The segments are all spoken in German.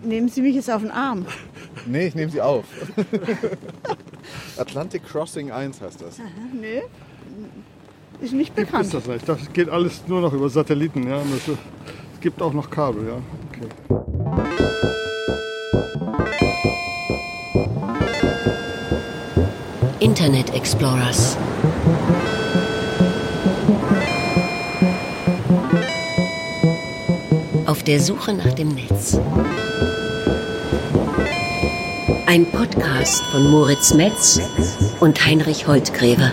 Nehmen Sie mich jetzt auf den Arm? Nee, ich nehme Sie auf. Atlantic Crossing 1 heißt das. Aha, nee, ist nicht bekannt. Ist das nicht? Das geht alles nur noch über Satelliten. Ja? Es gibt auch noch Kabel. Ja? Okay. Internet Explorers. Auf der Suche nach dem Netz. Ein Podcast von Moritz Metz und Heinrich Holtgräve.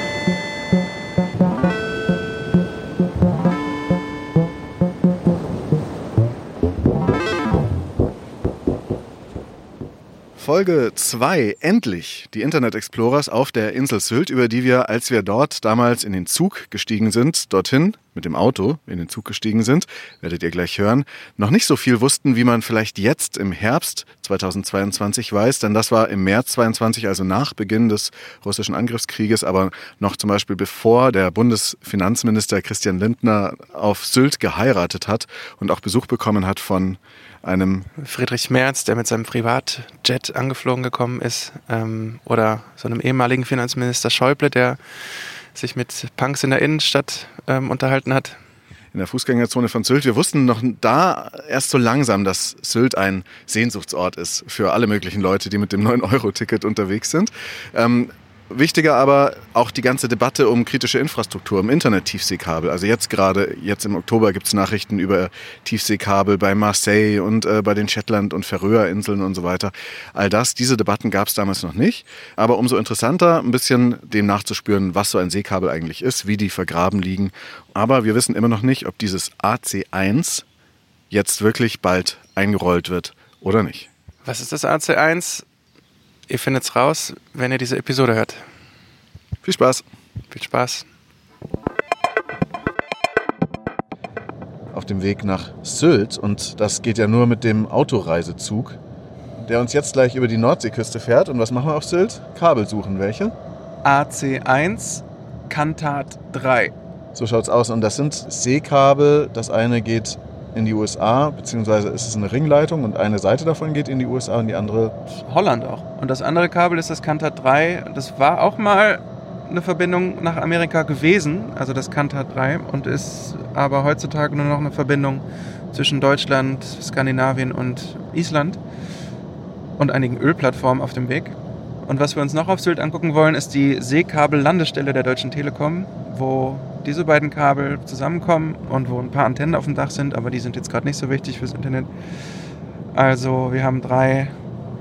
Folge 2, endlich, die Internet Explorers auf der Insel Sylt, über die wir, als wir dort damals in den Zug gestiegen sind, dorthin mit dem Auto in den Zug gestiegen sind, werdet ihr gleich hören, noch nicht so viel wussten, wie man vielleicht jetzt im Herbst 2022 weiß, denn das war im März 22, also nach Beginn des russischen Angriffskrieges, aber noch zum Beispiel bevor der Bundesfinanzminister Christian Lindner auf Sylt geheiratet hat und auch Besuch bekommen hat von einem Friedrich Merz, der mit seinem Privatjet angeflogen gekommen ist, oder so einem ehemaligen Finanzminister Schäuble, der sich mit Punks in der Innenstadt unterhalten hat. In der Fußgängerzone von Sylt. Wir wussten noch da erst so langsam, dass Sylt ein Sehnsuchtsort ist für alle möglichen Leute, die mit dem 9-Euro-Ticket unterwegs sind. Wichtiger aber auch die ganze Debatte um kritische Infrastruktur, im Internet-Tiefseekabel. Also jetzt im Oktober gibt es Nachrichten über Tiefseekabel bei Marseille und bei den Shetland- und Färöerinseln und so weiter. All das, diese Debatten gab es damals noch nicht. Aber umso interessanter, ein bisschen dem nachzuspüren, was so ein Seekabel eigentlich ist, wie die vergraben liegen. Aber wir wissen immer noch nicht, ob dieses AC1 jetzt wirklich bald eingerollt wird oder nicht. Was ist das AC1? Ihr findet es raus, wenn ihr diese Episode hört. Viel Spaß. Viel Spaß. Auf dem Weg nach Sylt, und das geht ja nur mit dem Autoreisezug, der uns jetzt gleich über die Nordseeküste fährt. Und was machen wir auf Sylt? Kabel suchen. Welche? AC1, Kantat 3. So schaut's aus. Und das sind Seekabel. Das eine geht in die USA, beziehungsweise ist es eine Ringleitung und eine Seite davon geht in die USA und die andere Holland auch. Und das andere Kabel ist das Kantat 3. Das war auch mal eine Verbindung nach Amerika gewesen, also das Kantat 3, und ist aber heutzutage nur noch eine Verbindung zwischen Deutschland, Skandinavien und Island und einigen Ölplattformen auf dem Weg. Und was wir uns noch auf Sylt angucken wollen, ist die Seekabel-Landestelle der Deutschen Telekom, wo diese beiden Kabel zusammenkommen und wo ein paar Antennen auf dem Dach sind, aber die sind jetzt gerade nicht so wichtig fürs Internet. Also wir haben 3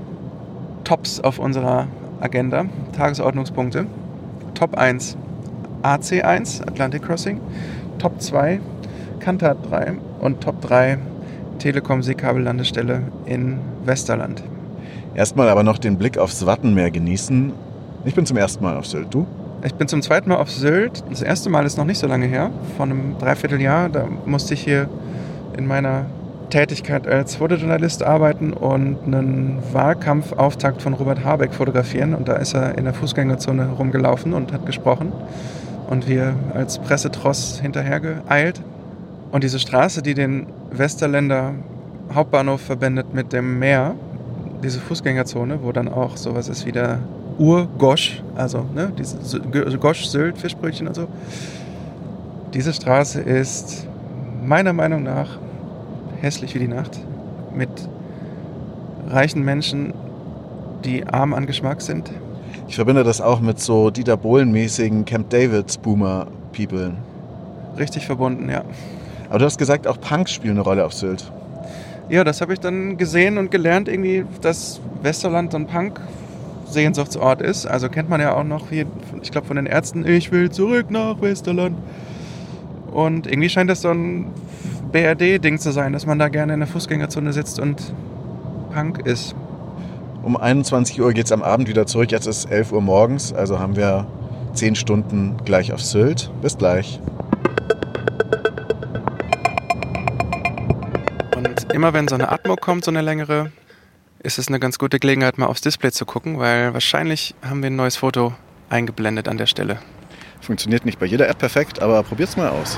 Tops auf unserer Agenda, Tagesordnungspunkte. Top 1 AC1, Atlantic Crossing, Top 2 Kantat 3 und Top 3 Telekom Seekabel-Landestelle in Westerland. Erstmal aber noch den Blick aufs Wattenmeer genießen. Ich bin zum ersten Mal auf Sylt. Du? Ich bin zum zweiten Mal auf Sylt. Das erste Mal ist noch nicht so lange her, von einem Dreivierteljahr. Da musste ich hier in meiner Tätigkeit als Fotojournalist arbeiten und einen Wahlkampfauftakt von Robert Habeck fotografieren. Und da ist er in der Fußgängerzone rumgelaufen und hat gesprochen. Und wir als Pressetross hinterher geeilt. Und diese Straße, die den Westerländer Hauptbahnhof verbindet mit dem Meer, diese Fußgängerzone, wo dann auch sowas ist wie der Ur-Gosch, also diese Gosch-Sylt, Fischbrötchen und so. Diese Straße ist meiner Meinung nach hässlich wie die Nacht, mit reichen Menschen, die arm an Geschmack sind. Ich verbinde das auch mit so Dieter Bohlen-mäßigen Camp David-Boomer-People. Richtig verbunden, ja. Aber du hast gesagt, auch Punks spielen eine Rolle auf Sylt. Ja, das habe ich dann gesehen und gelernt, irgendwie, dass Westerland so ein Punk-Sehnsuchtsort ist. Also kennt man ja auch noch hier, ich glaube von den Ärzten, ich will zurück nach Westerland. Und irgendwie scheint das so ein BRD-Ding zu sein, dass man da gerne in der Fußgängerzone sitzt und Punk ist. Um 21 Uhr geht es am Abend wieder zurück. Jetzt ist 11 Uhr morgens, also haben wir 10 Stunden gleich auf Sylt. Bis gleich. Und immer wenn so eine Atmo kommt, so eine längere, ist es eine ganz gute Gelegenheit, mal aufs Display zu gucken, weil wahrscheinlich haben wir ein neues Foto eingeblendet an der Stelle. Funktioniert nicht bei jeder App perfekt, aber probiert's mal aus.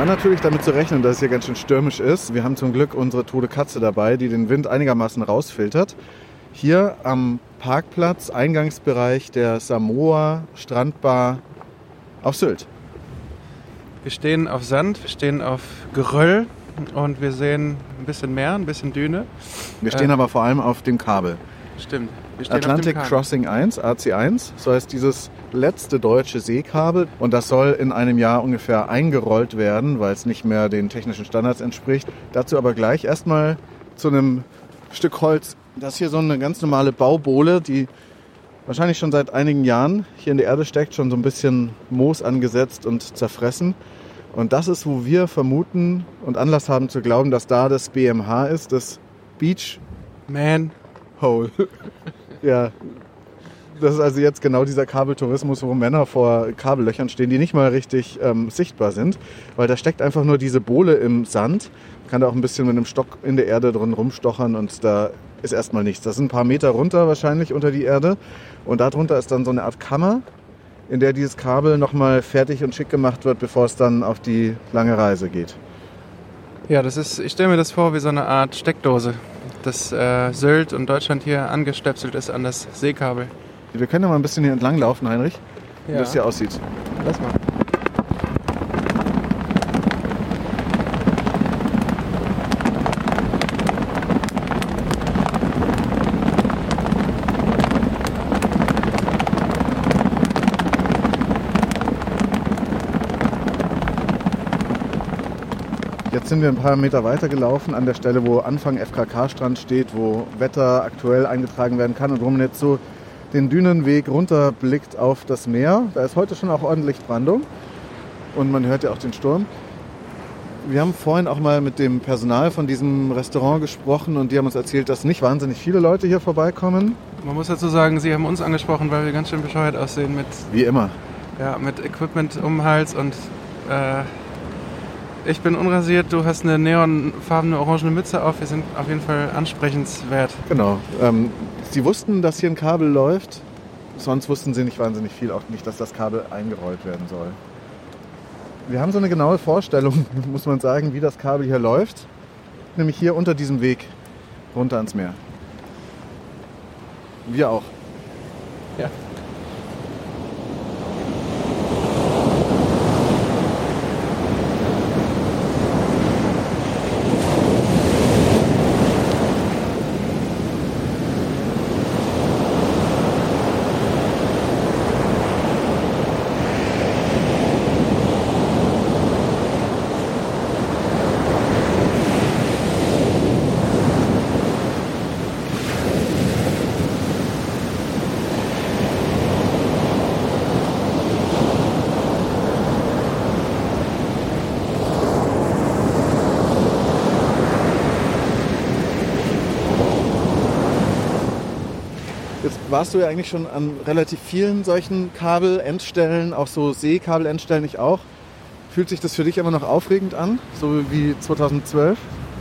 War natürlich damit zu rechnen, dass es hier ganz schön stürmisch ist. Wir haben zum Glück unsere tote Katze dabei, die den Wind einigermaßen rausfiltert. Hier am Parkplatz, Eingangsbereich der Samoa Strandbar auf Sylt. Wir stehen auf Sand, wir stehen auf Geröll und wir sehen ein bisschen Meer, ein bisschen Düne. Wir stehen aber vor allem auf dem Kabel. Stimmt. Wir stehen Atlantic auf dem Kahn. Crossing 1, AC1, so heißt dieses letzte deutsche Seekabel. Und das soll in einem Jahr ungefähr eingerollt werden, weil es nicht mehr den technischen Standards entspricht. Dazu aber gleich erstmal zu einem Stück Holz. Das ist hier so eine ganz normale Baubohle, die wahrscheinlich schon seit einigen Jahren hier in der Erde steckt, schon so ein bisschen Moos angesetzt und zerfressen. Und das ist, wo wir vermuten und Anlass haben zu glauben, dass da das BMH ist, das Beach Hole. Ja, das ist also jetzt genau dieser Kabeltourismus, wo Männer vor Kabellöchern stehen, die nicht mal richtig sichtbar sind, weil da steckt einfach nur diese Bohle im Sand. Man kann da auch ein bisschen mit einem Stock in der Erde drin rumstochern und da ist erstmal nichts. Das sind ein paar Meter runter wahrscheinlich unter die Erde und darunter ist dann so eine Art Kammer, in der dieses Kabel nochmal fertig und schick gemacht wird, bevor es dann auf die lange Reise geht. Ja, ich stelle mir das vor wie so eine Art Steckdose, dass Sylt und Deutschland hier angestöpselt ist an das Seekabel. Wir können ja mal ein bisschen hier entlang laufen, Heinrich, wie das hier aussieht. Lass mal. Jetzt sind wir ein paar Meter weiter gelaufen, an der Stelle, wo Anfang FKK-Strand steht, wo Wetter aktuell eingetragen werden kann und wo man jetzt so den Dünenweg runterblickt auf das Meer. Da ist heute schon auch ordentlich Brandung und man hört ja auch den Sturm. Wir haben vorhin auch mal mit dem Personal von diesem Restaurant gesprochen und die haben uns erzählt, dass nicht wahnsinnig viele Leute hier vorbeikommen. Man muss dazu sagen, sie haben uns angesprochen, weil wir ganz schön bescheuert aussehen mit Wie immer. mit Equipment um den Hals und ich bin unrasiert, du hast eine neonfarbene orangene Mütze auf. Wir sind auf jeden Fall ansprechenswert. Genau. Sie wussten, dass hier ein Kabel läuft. Sonst wussten sie nicht wahnsinnig viel, auch nicht, dass das Kabel eingerollt werden soll. Wir haben so eine genaue Vorstellung, muss man sagen, wie das Kabel hier läuft. Nämlich hier unter diesem Weg runter ans Meer. Wir auch. Ja. Warst du ja eigentlich schon an relativ vielen solchen Kabelendstellen, auch so Seekabelendstellen, ich auch. Fühlt sich das für dich immer noch aufregend an, so wie 2012?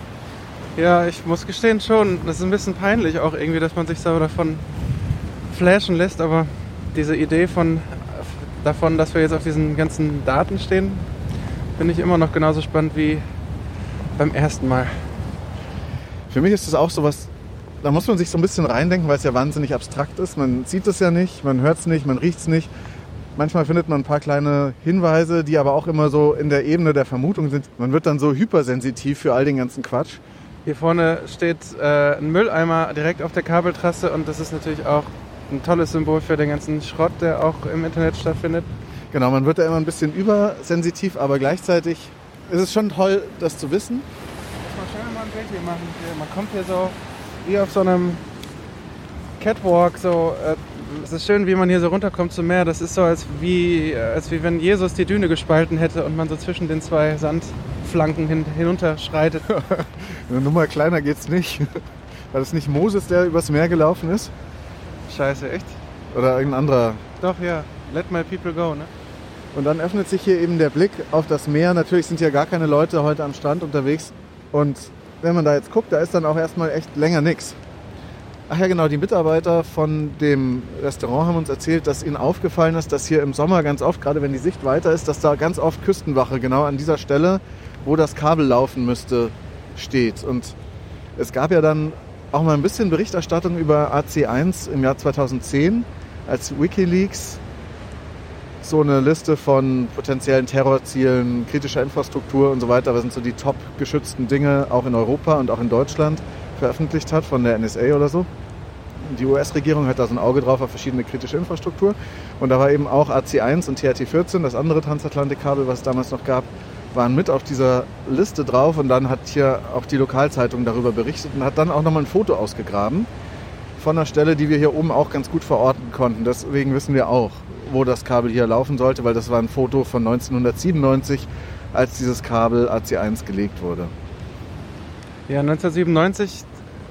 Ja, ich muss gestehen schon, das ist ein bisschen peinlich auch irgendwie, dass man sich so davon flashen lässt, aber diese Idee davon, dass wir jetzt auf diesen ganzen Daten stehen, finde ich immer noch genauso spannend wie beim ersten Mal. Für mich ist das auch sowas, da muss man sich so ein bisschen reindenken, weil es ja wahnsinnig abstrakt ist. Man sieht es ja nicht, man hört es nicht, man riecht es nicht. Manchmal findet man ein paar kleine Hinweise, die aber auch immer so in der Ebene der Vermutung sind. Man wird dann so hypersensitiv für all den ganzen Quatsch. Hier vorne steht ein Mülleimer direkt auf der Kabeltrasse und das ist natürlich auch ein tolles Symbol für den ganzen Schrott, der auch im Internet stattfindet. Genau, man wird da immer ein bisschen übersensitiv, aber gleichzeitig ist es schon toll, das zu wissen. Mal schnell mal ein Bild hier machen. Man kommt hier so wie auf so einem Catwalk, so, es ist schön, wie man hier so runterkommt zum Meer. Das ist so, als wie wenn Jesus die Düne gespalten hätte und man so zwischen den zwei Sandflanken hinunterschreitet. Eine Nummer kleiner geht's nicht. War das nicht Moses, der übers Meer gelaufen ist? Scheiße, echt? Oder irgendein anderer? Doch, ja. Let my people go, ne? Und dann öffnet sich hier eben der Blick auf das Meer. Natürlich sind hier gar keine Leute heute am Strand unterwegs. Und wenn man da jetzt guckt, da ist dann auch erstmal echt länger nichts. Ach ja, genau, die Mitarbeiter von dem Restaurant haben uns erzählt, dass ihnen aufgefallen ist, dass hier im Sommer ganz oft, gerade wenn die Sicht weiter ist, dass da ganz oft Küstenwache genau an dieser Stelle, wo das Kabel laufen müsste, steht. Und es gab ja dann auch mal ein bisschen Berichterstattung über AC1 im Jahr 2010, als WikiLeaks so eine Liste von potenziellen Terrorzielen, kritischer Infrastruktur und so weiter, das sind so die top geschützten Dinge, auch in Europa und auch in Deutschland, veröffentlicht hat von der NSA oder so. Die US-Regierung hat da so ein Auge drauf auf verschiedene kritische Infrastruktur. Und da war eben auch AC1 und TRT-14, das andere Transatlantikkabel, was es damals noch gab, waren mit auf dieser Liste drauf. Und dann hat hier auch die Lokalzeitung darüber berichtet und hat dann auch nochmal ein Foto ausgegraben von einer Stelle, die wir hier oben auch ganz gut verorten konnten. Deswegen wissen wir auch, wo das Kabel hier laufen sollte, weil das war ein Foto von 1997, als dieses Kabel AC1 gelegt wurde. Ja, 1997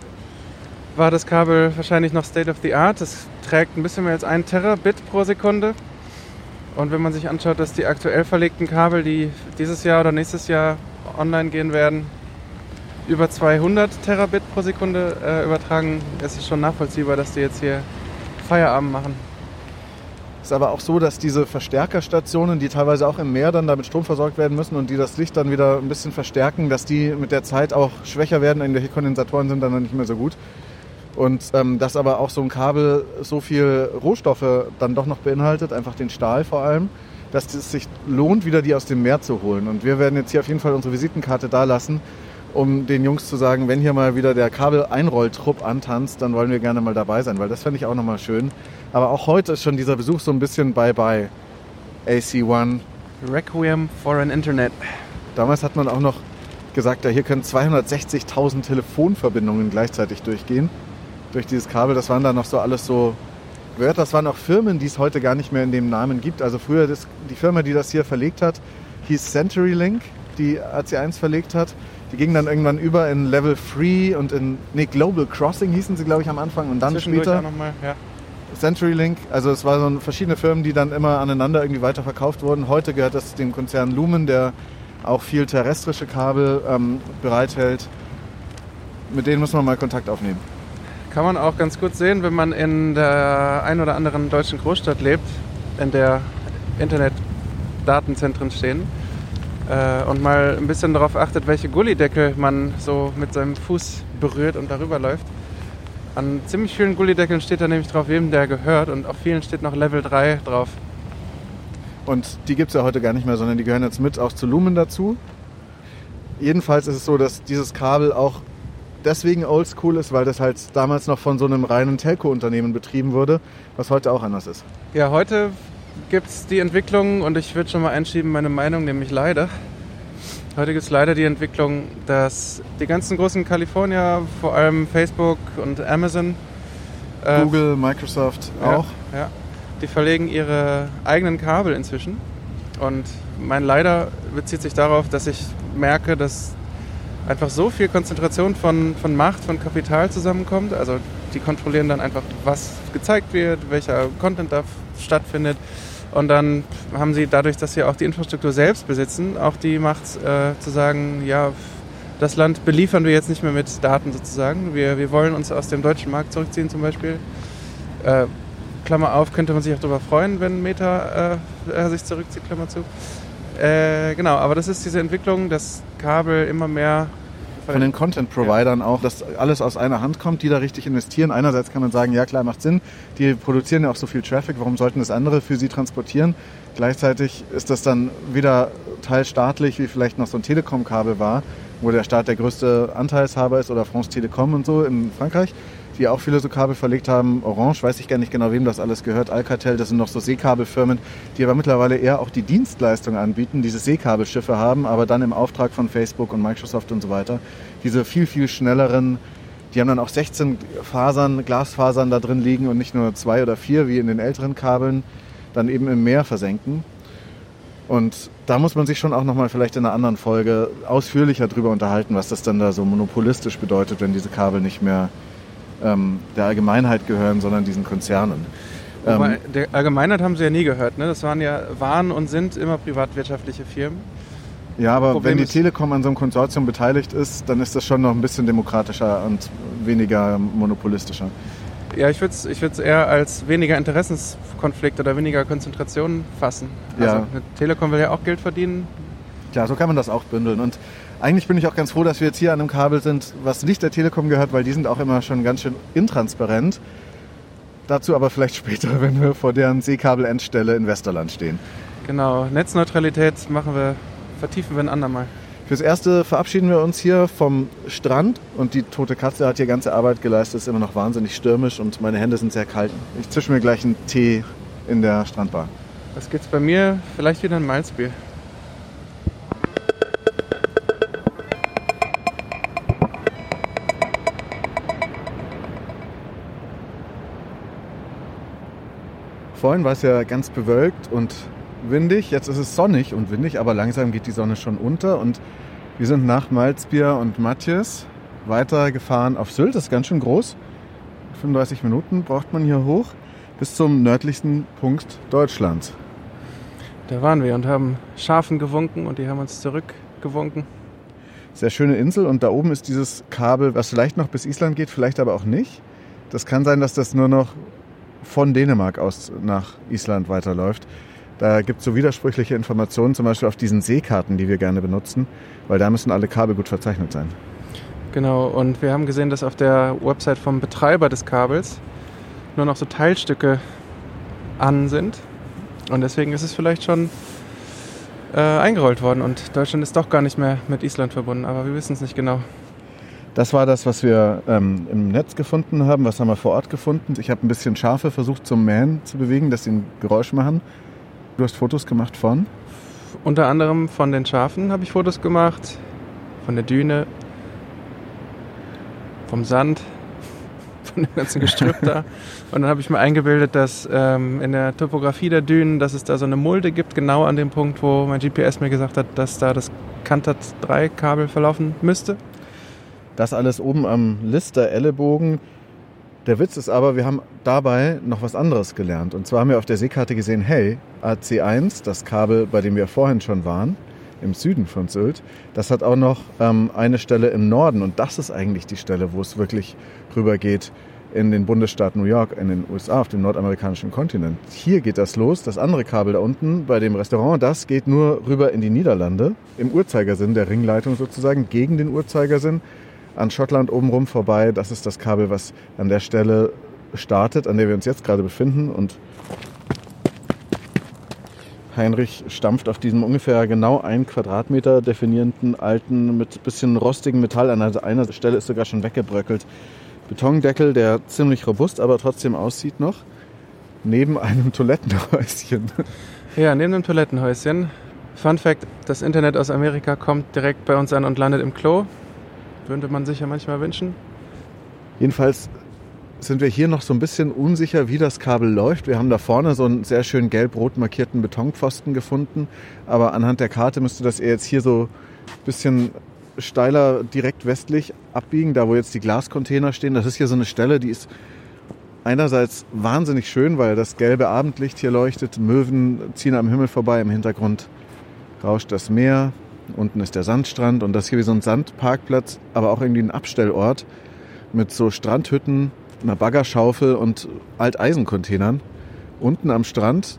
war das Kabel wahrscheinlich noch State of the Art. Es trägt ein bisschen mehr als 1 Terabit pro Sekunde. Und wenn man sich anschaut, dass die aktuell verlegten Kabel, die dieses Jahr oder nächstes Jahr online gehen werden, über 200 Terabit pro Sekunde übertragen, ist es schon nachvollziehbar, dass die jetzt hier Feierabend machen. Es ist aber auch so, dass diese Verstärkerstationen, die teilweise auch im Meer dann damit Strom versorgt werden müssen und die das Licht dann wieder ein bisschen verstärken, dass die mit der Zeit auch schwächer werden. Irgendwelche Kondensatoren sind dann nicht mehr so gut. Und dass aber auch so ein Kabel so viel Rohstoffe dann doch noch beinhaltet, einfach den Stahl vor allem, dass es sich lohnt, wieder die aus dem Meer zu holen. Und wir werden jetzt hier auf jeden Fall unsere Visitenkarte da lassen, um den Jungs zu sagen, wenn hier mal wieder der Kabel-Einrolltrupp antanzt, dann wollen wir gerne mal dabei sein, weil das fände ich auch nochmal schön. Aber auch heute ist schon dieser Besuch so ein bisschen Bye-bye. AC1. Requiem for an Internet. Damals hat man auch noch gesagt, ja, hier können 260.000 Telefonverbindungen gleichzeitig durchgehen. Durch dieses Kabel, das waren dann noch so alles so Wörter. Das waren auch Firmen, die es heute gar nicht mehr in dem Namen gibt. Also früher, die Firma, die das hier verlegt hat, hieß CenturyLink, die AC1 verlegt hat. Die gingen dann irgendwann über in Level 3 und Global Crossing hießen sie, glaube ich, am Anfang. Und dann später auch noch mal, ja. CenturyLink. Also es waren so verschiedene Firmen, die dann immer aneinander irgendwie weiterverkauft wurden. Heute gehört das dem Konzern Lumen, der auch viel terrestrische Kabel bereithält. Mit denen muss man mal Kontakt aufnehmen. Kann man auch ganz gut sehen, wenn man in der ein oder anderen deutschen Großstadt lebt, in der Internetdatenzentren stehen und mal ein bisschen darauf achtet, welche Gullideckel man so mit seinem Fuß berührt und darüber läuft. An ziemlich vielen Gullideckeln steht da nämlich drauf, wem der gehört, und auf vielen steht noch Level 3 drauf. Und die gibt es ja heute gar nicht mehr, sondern die gehören jetzt mit auch zu Lumen dazu. Jedenfalls ist es so, dass dieses Kabel auch deswegen oldschool ist, weil das halt damals noch von so einem reinen Telco-Unternehmen betrieben wurde, was heute auch anders ist. Ja, heute gibt es die Entwicklung, und ich würde schon mal einschieben meine Meinung, nämlich leider. Heute gibt es leider die Entwicklung, dass die ganzen großen Kalifornier, vor allem Facebook und Amazon, Google, Microsoft auch, ja, die verlegen ihre eigenen Kabel inzwischen. Und mein Leider bezieht sich darauf, dass ich merke, dass einfach so viel Konzentration von Macht, von Kapital zusammenkommt. Also die kontrollieren dann einfach, was gezeigt wird, welcher Content da stattfindet. Und dann haben sie dadurch, dass sie auch die Infrastruktur selbst besitzen, auch die Macht zu sagen, ja, das Land beliefern wir jetzt nicht mehr mit Daten sozusagen. Wir wollen uns aus dem deutschen Markt zurückziehen zum Beispiel. Klammer auf, könnte man sich auch darüber freuen, wenn Meta sich zurückzieht, Klammer zu. Genau, aber das ist diese Entwicklung, dass Kabel immer mehr von den Content-Providern auch, dass alles aus einer Hand kommt, die da richtig investieren. Einerseits kann man sagen, ja klar, macht Sinn, die produzieren ja auch so viel Traffic, warum sollten das andere für sie transportieren? Gleichzeitig ist das dann wieder teilstaatlich, wie vielleicht noch so ein Telekom-Kabel war, wo der Staat der größte Anteilshaber ist, oder France Télécom und so in Frankreich, die auch viele so Kabel verlegt haben. Orange, weiß ich gar nicht genau, wem das alles gehört. Alcatel, das sind noch so Seekabelfirmen, die aber mittlerweile eher auch die Dienstleistung anbieten, diese Seekabelschiffe haben, aber dann im Auftrag von Facebook und Microsoft und so weiter. Diese viel, viel schnelleren, die haben dann auch 16 Glasfasern da drin liegen und nicht nur 2 oder 4 wie in den älteren Kabeln, dann eben im Meer versenken. Und da muss man sich schon auch nochmal vielleicht in einer anderen Folge ausführlicher drüber unterhalten, was das dann da so monopolistisch bedeutet, wenn diese Kabel nicht mehr der Allgemeinheit gehören, sondern diesen Konzernen. Wobei, der Allgemeinheit haben sie ja nie gehört, ne? Das waren und sind immer privatwirtschaftliche Firmen. Ja, aber Problem wenn die ist- Telekom an so einem Konsortium beteiligt ist, dann ist das schon noch ein bisschen demokratischer und weniger monopolistischer. Ja, ich würde es eher als weniger Interessenskonflikt oder weniger Konzentration fassen. Also Ja. eine Telekom will ja auch Geld verdienen. Klar, so kann man das auch bündeln. Und eigentlich bin ich auch ganz froh, dass wir jetzt hier an einem Kabel sind, was nicht der Telekom gehört, weil die sind auch immer schon ganz schön intransparent. Dazu aber vielleicht später, wenn wir vor deren Seekabel-Endstelle in Westerland stehen. Genau, Netzneutralität vertiefen wir ein andermal. Fürs Erste verabschieden wir uns hier vom Strand und die tote Katze hat hier ganze Arbeit geleistet, ist immer noch wahnsinnig stürmisch und meine Hände sind sehr kalt. Ich zische mir gleich einen Tee in der Strandbar. Was gibt's bei mir? Vielleicht wieder ein Malzbier. Vorhin war es ja ganz bewölkt und windig, jetzt ist es sonnig und windig, aber langsam geht die Sonne schon unter und wir sind nach Malzbier und Matjes weitergefahren auf Sylt, das ist ganz schön groß. 35 Minuten braucht man hier hoch bis zum nördlichsten Punkt Deutschlands. Da waren wir und haben Schafen gewunken und die haben uns zurückgewunken. Sehr schöne Insel und da oben ist dieses Kabel, was vielleicht noch bis Island geht, vielleicht aber auch nicht. Das kann sein, dass das nur noch von Dänemark aus nach Island weiterläuft. Da gibt es so widersprüchliche Informationen, zum Beispiel auf diesen Seekarten, die wir gerne benutzen, weil da müssen alle Kabel gut verzeichnet sein. Genau, und wir haben gesehen, dass auf der Website vom Betreiber des Kabels nur noch so Teilstücke an sind. Und deswegen ist es vielleicht schon eingerollt worden und Deutschland ist doch gar nicht mehr mit Island verbunden, aber wir wissen es nicht genau. Das war das, was wir im Netz gefunden haben. Was haben wir vor Ort gefunden? Ich habe ein bisschen Schafe versucht zum Mähen zu bewegen, dass sie ein Geräusch machen. Du hast Fotos gemacht von? Unter anderem von den Schafen habe ich Fotos gemacht, von der Düne, vom Sand, von dem ganzen Gestrüpp da. Und dann habe ich mir eingebildet, dass in der Topografie der Dünen, dass es da so eine Mulde gibt, genau an dem Punkt, wo mein GPS mir gesagt hat, dass da das Kantat 3 Kabel verlaufen müsste. Das alles oben am Lister-Ellenbogen. Der Witz ist aber, wir haben dabei noch was anderes gelernt. Und zwar haben wir auf der Seekarte gesehen, hey, AC1, das Kabel, bei dem wir vorhin schon waren, im Süden von Sylt, das hat auch noch eine Stelle im Norden. Und das ist eigentlich die Stelle, wo es wirklich rüber geht in den Bundesstaat New York, in den USA, auf dem nordamerikanischen Kontinent. Hier geht das los. Das andere Kabel da unten bei dem Restaurant, das geht nur rüber in die Niederlande, im Uhrzeigersinn der Ringleitung sozusagen, gegen den Uhrzeigersinn. An Schottland obenrum vorbei. Das ist das Kabel, was an der Stelle startet, an der wir uns jetzt gerade befinden. Und Heinrich stampft auf diesem ungefähr genau 1 Quadratmeter definierenden alten, mit bisschen rostigem Metall. An einer Stelle ist sogar schon weggebröckelt. Betondeckel, der ziemlich robust, aber trotzdem aussieht noch. Neben einem Toilettenhäuschen. Ja, neben dem Toilettenhäuschen. Fun Fact, das Internet aus Amerika kommt direkt bei uns an und landet im Klo. Würde man sich ja manchmal wünschen. Jedenfalls sind wir hier noch so ein bisschen unsicher, wie das Kabel läuft. Wir haben da vorne so einen sehr schön gelb-rot markierten Betonpfosten gefunden. Aber anhand der Karte müsste das eher jetzt hier so ein bisschen steiler direkt westlich abbiegen, da wo jetzt die Glascontainer stehen. Das ist hier so eine Stelle, die ist einerseits wahnsinnig schön, weil das gelbe Abendlicht hier leuchtet. Möwen ziehen am Himmel vorbei, im Hintergrund rauscht das Meer. Unten ist der Sandstrand und das hier wie so ein Sandparkplatz, aber auch irgendwie ein Abstellort mit so Strandhütten, einer Baggerschaufel und Alteisencontainern. Unten am Strand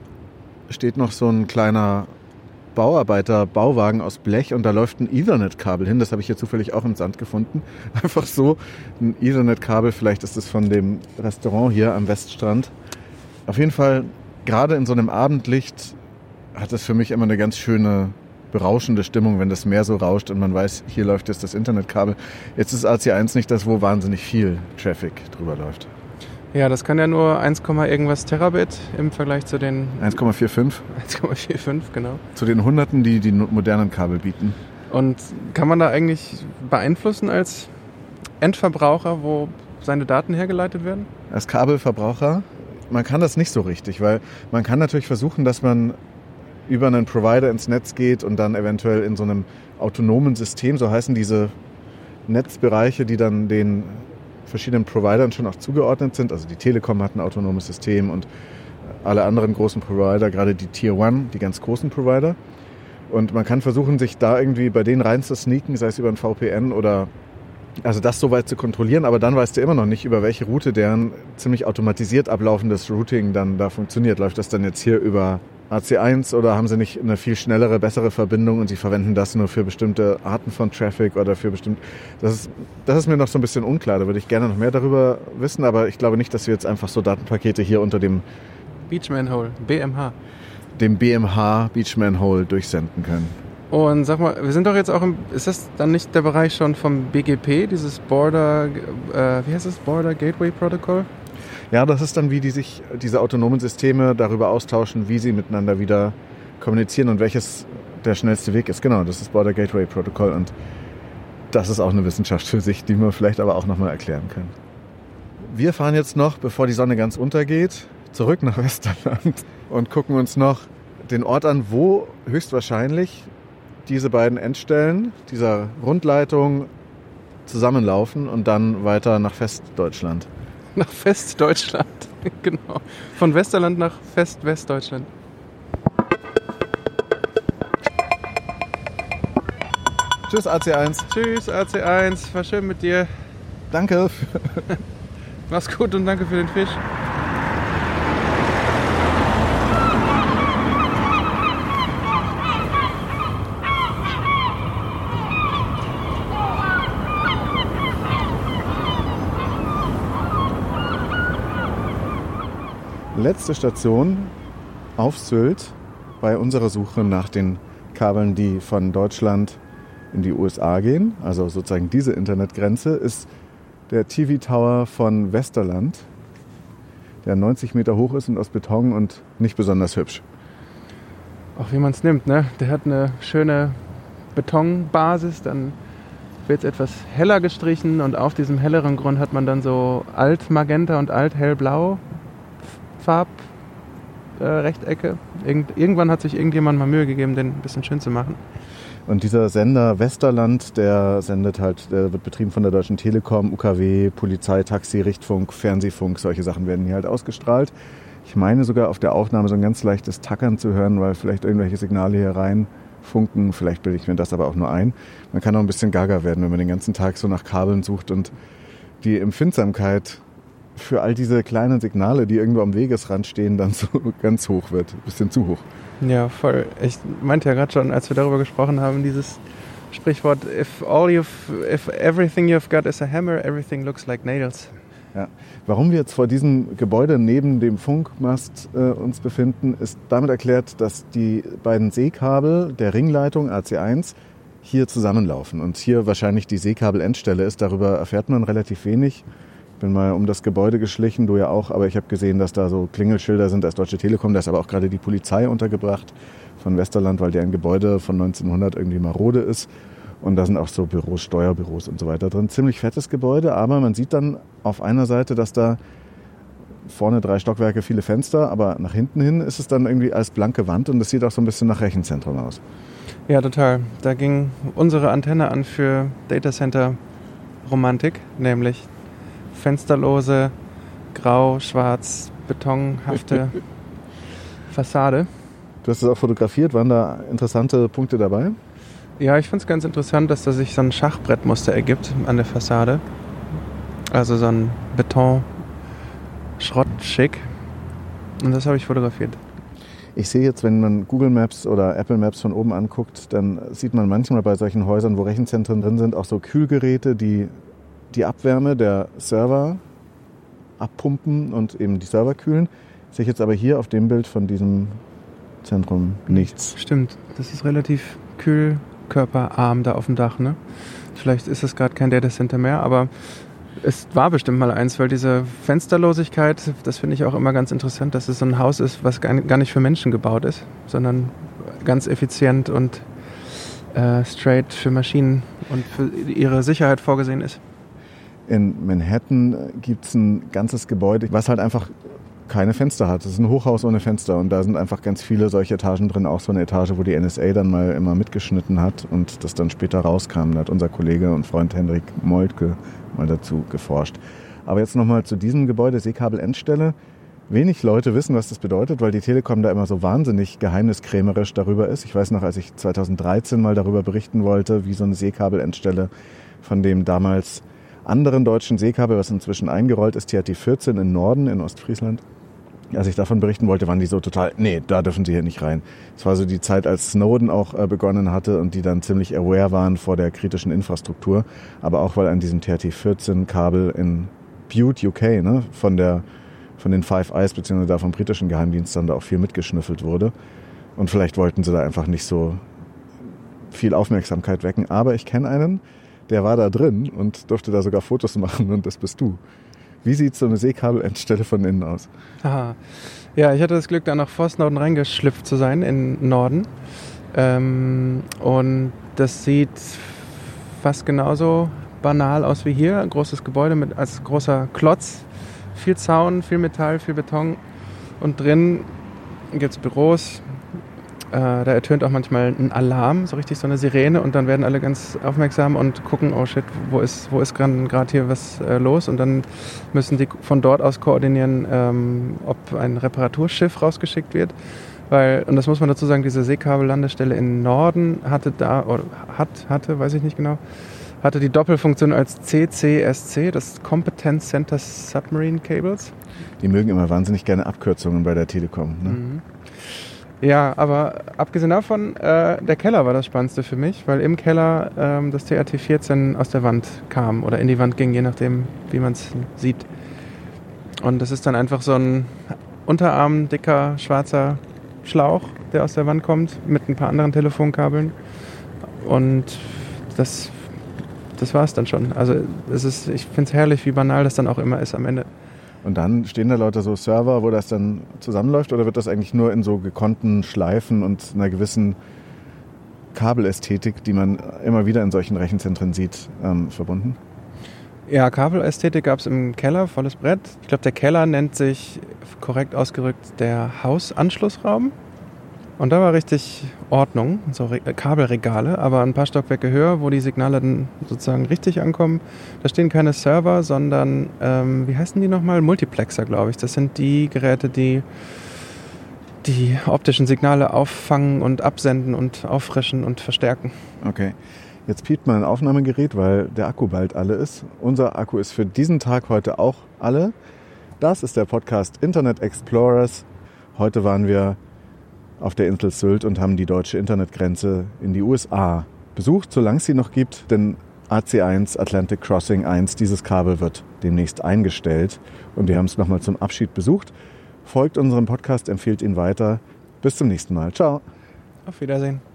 steht noch so ein kleiner Bauarbeiter-Bauwagen aus Blech und da läuft ein Ethernet-Kabel hin. Das habe ich hier zufällig auch im Sand gefunden. Einfach so ein Ethernet-Kabel, vielleicht ist es von dem Restaurant hier am Weststrand. Auf jeden Fall, gerade in so einem Abendlicht hat das für mich immer eine ganz schöne berauschende Stimmung, wenn das Meer so rauscht und man weiß, hier läuft jetzt das Internetkabel. Jetzt ist AC1 nicht das, wo wahnsinnig viel Traffic drüber läuft. Ja, das kann ja nur 1, irgendwas Terabit im Vergleich zu den 1,45? 1,45, genau. Zu den Hunderten, die die modernen Kabel bieten. Und kann man da eigentlich beeinflussen als Endverbraucher, wo seine Daten hergeleitet werden? Als Kabelverbraucher, man kann das nicht so richtig, weil man kann natürlich versuchen, dass man über einen Provider ins Netz geht und dann eventuell in so einem autonomen System, so heißen diese Netzbereiche, die dann den verschiedenen Providern schon auch zugeordnet sind. Also die Telekom hat ein autonomes System und alle anderen großen Provider, gerade die Tier 1, die ganz großen Provider. Und man kann versuchen, sich da irgendwie bei denen rein zu sneaken, sei es über ein VPN oder also das so weit zu kontrollieren, aber dann weißt du immer noch nicht, über welche Route deren ziemlich automatisiert ablaufendes Routing dann da funktioniert. Läuft das dann jetzt hier über AC1 oder haben sie nicht eine viel schnellere, bessere Verbindung und sie verwenden das nur für bestimmte Arten von Traffic oder für bestimmte... Das ist mir noch so ein bisschen unklar, da würde ich gerne noch mehr darüber wissen, aber ich glaube nicht, dass wir jetzt einfach so Datenpakete hier unter dem Beachmanhole, BMH. Dem BMH Beachmanhole durchsenden können. Und sag mal, wir sind doch jetzt auch ist das dann nicht der Bereich schon vom BGP, dieses Border, wie heißt das, Border Gateway Protocol? Ja, das ist dann, wie sich diese autonomen Systeme darüber austauschen, wie sie miteinander wieder kommunizieren und welches der schnellste Weg ist. Genau, das ist Border Gateway Protocol und das ist auch eine Wissenschaft für sich, die wir vielleicht aber auch nochmal erklären können. Wir fahren jetzt noch, bevor die Sonne ganz untergeht, zurück nach Westerland und gucken uns noch den Ort an, wo höchstwahrscheinlich diese beiden Endstellen dieser Rundleitung zusammenlaufen und dann weiter nach Festdeutschland. Nach Festdeutschland, genau. Von Westerland nach Fest-Westdeutschland. Tschüss AC1. Tschüss AC1, war schön mit dir. Danke. Mach's gut und danke für den Fisch. Letzte Station auf Sylt bei unserer Suche nach den Kabeln, die von Deutschland in die USA gehen. Also sozusagen diese Internetgrenze ist der TV-Tower von Westerland, der 90 Meter hoch ist und aus Beton und nicht besonders hübsch. Auch wie man es nimmt, ne? Der hat eine schöne Betonbasis, dann wird es etwas heller gestrichen und auf diesem helleren Grund hat man dann so Alt-Magenta und Alt-Hellblau Farbrechtecke. Irgendwann hat sich irgendjemand mal Mühe gegeben, den ein bisschen schön zu machen. Und dieser Sender Westerland, der wird betrieben von der Deutschen Telekom, UKW, Polizei, Taxi, Richtfunk, Fernsehfunk, solche Sachen werden hier halt ausgestrahlt. Ich meine sogar auf der Aufnahme so ein ganz leichtes Tackern zu hören, weil vielleicht irgendwelche Signale hier reinfunken. Vielleicht bilde ich mir das aber auch nur ein. Man kann auch ein bisschen gaga werden, wenn man den ganzen Tag so nach Kabeln sucht und die Empfindsamkeit für all diese kleinen Signale, die irgendwo am Wegesrand stehen, dann so ganz hoch wird. Ein bisschen zu hoch. Ja, voll. Ich meinte ja gerade schon, als wir darüber gesprochen haben, dieses Sprichwort, if everything you've got is a hammer, everything looks like nails. Ja. Warum wir jetzt vor diesem Gebäude neben dem Funkmast uns befinden, ist damit erklärt, dass die beiden Seekabel der Ringleitung AC1 hier zusammenlaufen und hier wahrscheinlich die Seekabel-Endstelle ist. Darüber erfährt man relativ wenig. Ich bin mal um das Gebäude geschlichen, du ja auch, aber ich habe gesehen, dass da so Klingelschilder sind als Deutsche Telekom. Da ist aber auch gerade die Polizei untergebracht von Westerland, weil deren Gebäude von 1900 irgendwie marode ist. Und da sind auch so Büros, Steuerbüros und so weiter drin. Ziemlich fettes Gebäude, aber man sieht dann auf einer Seite, dass da vorne 3 Stockwerke, viele Fenster, aber nach hinten hin ist es dann irgendwie als blanke Wand und das sieht auch so ein bisschen nach Rechenzentrum aus. Ja, total. Da ging unsere Antenne an für Datacenter-Romantik, nämlich fensterlose, grau, schwarz, betonhafte Fassade. Du hast es auch fotografiert. Waren da interessante Punkte dabei? Ja, ich finde es ganz interessant, dass da sich so ein Schachbrettmuster ergibt an der Fassade. Also so ein Beton-Schrottschick. Und das habe ich fotografiert. Ich sehe jetzt, wenn man Google Maps oder Apple Maps von oben anguckt, dann sieht man manchmal bei solchen Häusern, wo Rechenzentren drin sind, auch so Kühlgeräte, die die Abwärme der Server abpumpen und eben die Server kühlen. Sehe ich jetzt aber hier auf dem Bild von diesem Zentrum nichts. Stimmt, das ist relativ kühlkörperarm da auf dem Dach, ne? Vielleicht ist es gerade kein Datacenter mehr, aber es war bestimmt mal eins, weil diese Fensterlosigkeit, das finde ich auch immer ganz interessant, dass es so ein Haus ist, was gar nicht für Menschen gebaut ist, sondern ganz effizient und straight für Maschinen und für ihre Sicherheit vorgesehen ist. In Manhattan gibt es ein ganzes Gebäude, was halt einfach keine Fenster hat. Das ist ein Hochhaus ohne Fenster und da sind einfach ganz viele solche Etagen drin. Auch so eine Etage, wo die NSA dann mal immer mitgeschnitten hat und das dann später rauskam. Da hat unser Kollege und Freund Henrik Moltke mal dazu geforscht. Aber jetzt nochmal zu diesem Gebäude, Seekabel-Endstelle. wenig Leute wissen, was das bedeutet, weil die Telekom da immer so wahnsinnig geheimniskrämerisch darüber ist. Ich weiß noch, als ich 2013 mal darüber berichten wollte, wie so eine Seekabelendstelle von dem damals anderen deutschen Seekabel, was inzwischen eingerollt ist, TRT14 in Norden, in Ostfriesland. Als ich davon berichten wollte, waren die so total, nee, da dürfen sie hier nicht rein. Es war so die Zeit, als Snowden auch begonnen hatte und die dann ziemlich aware waren vor der kritischen Infrastruktur. Aber auch, weil an diesem TRT14-Kabel in Bute, UK, ne, von den Five Eyes, beziehungsweise da vom britischen Geheimdienst dann da auch viel mitgeschnüffelt wurde. Und vielleicht wollten sie da einfach nicht so viel Aufmerksamkeit wecken. Aber ich kenne einen, der war da drin und durfte da sogar Fotos machen und das bist du. Wie sieht so eine Seekabelendstelle von innen aus? Aha. Ja, ich hatte das Glück, da nach Forstnorden reingeschlüpft zu sein, in Norden. Und das sieht fast genauso banal aus wie hier. Ein großes Gebäude als großer Klotz. Viel Zaun, viel Metall, viel Beton. Und drin gibt es Büros. Da ertönt auch manchmal ein Alarm, so richtig so eine Sirene. Und dann werden alle ganz aufmerksam und gucken, oh shit, wo ist gerade hier was los? Und dann müssen die von dort aus koordinieren, ob ein Reparaturschiff rausgeschickt wird. Und das muss man dazu sagen, diese Seekabellandestelle in Norden hatte weiß ich nicht genau, hatte die Doppelfunktion als CCSC, das Competence Center Submarine Cables. Die mögen immer wahnsinnig gerne Abkürzungen bei der Telekom. Ne? Mhm. Ja, aber abgesehen davon, der Keller war das Spannendste für mich, weil im Keller das TRT14 aus der Wand kam oder in die Wand ging, je nachdem, wie man es sieht. Und das ist dann einfach so ein unterarmdicker, schwarzer Schlauch, der aus der Wand kommt, mit ein paar anderen Telefonkabeln. Und das war es dann schon. Also ich finde es herrlich, wie banal das dann auch immer ist am Ende. Und dann stehen da lauter so Server, wo das dann zusammenläuft, oder wird das eigentlich nur in so gekonnten Schleifen und einer gewissen Kabelästhetik, die man immer wieder in solchen Rechenzentren sieht, verbunden? Ja, Kabelästhetik gab es im Keller, volles Brett. Ich glaube, der Keller nennt sich, korrekt ausgerückt, der Hausanschlussraum. Und da war richtig Ordnung, so Kabelregale, aber ein paar Stockwerke höher, wo die Signale dann sozusagen richtig ankommen. Da stehen keine Server, sondern, wie heißen die nochmal? Multiplexer, glaube ich. Das sind die Geräte, die optischen Signale auffangen und absenden und auffrischen und verstärken. Okay. Jetzt piept mein Aufnahmegerät, weil der Akku bald alle ist. Unser Akku ist für diesen Tag heute auch alle. Das ist der Podcast Internet Explorers. Heute waren wir auf der Insel Sylt und haben die deutsche Internetgrenze in die USA besucht, solange es sie noch gibt, denn AC1, Atlantic Crossing 1, dieses Kabel wird demnächst eingestellt und wir haben es nochmal zum Abschied besucht. Folgt unserem Podcast, empfiehlt ihn weiter. Bis zum nächsten Mal. Ciao. Auf Wiedersehen.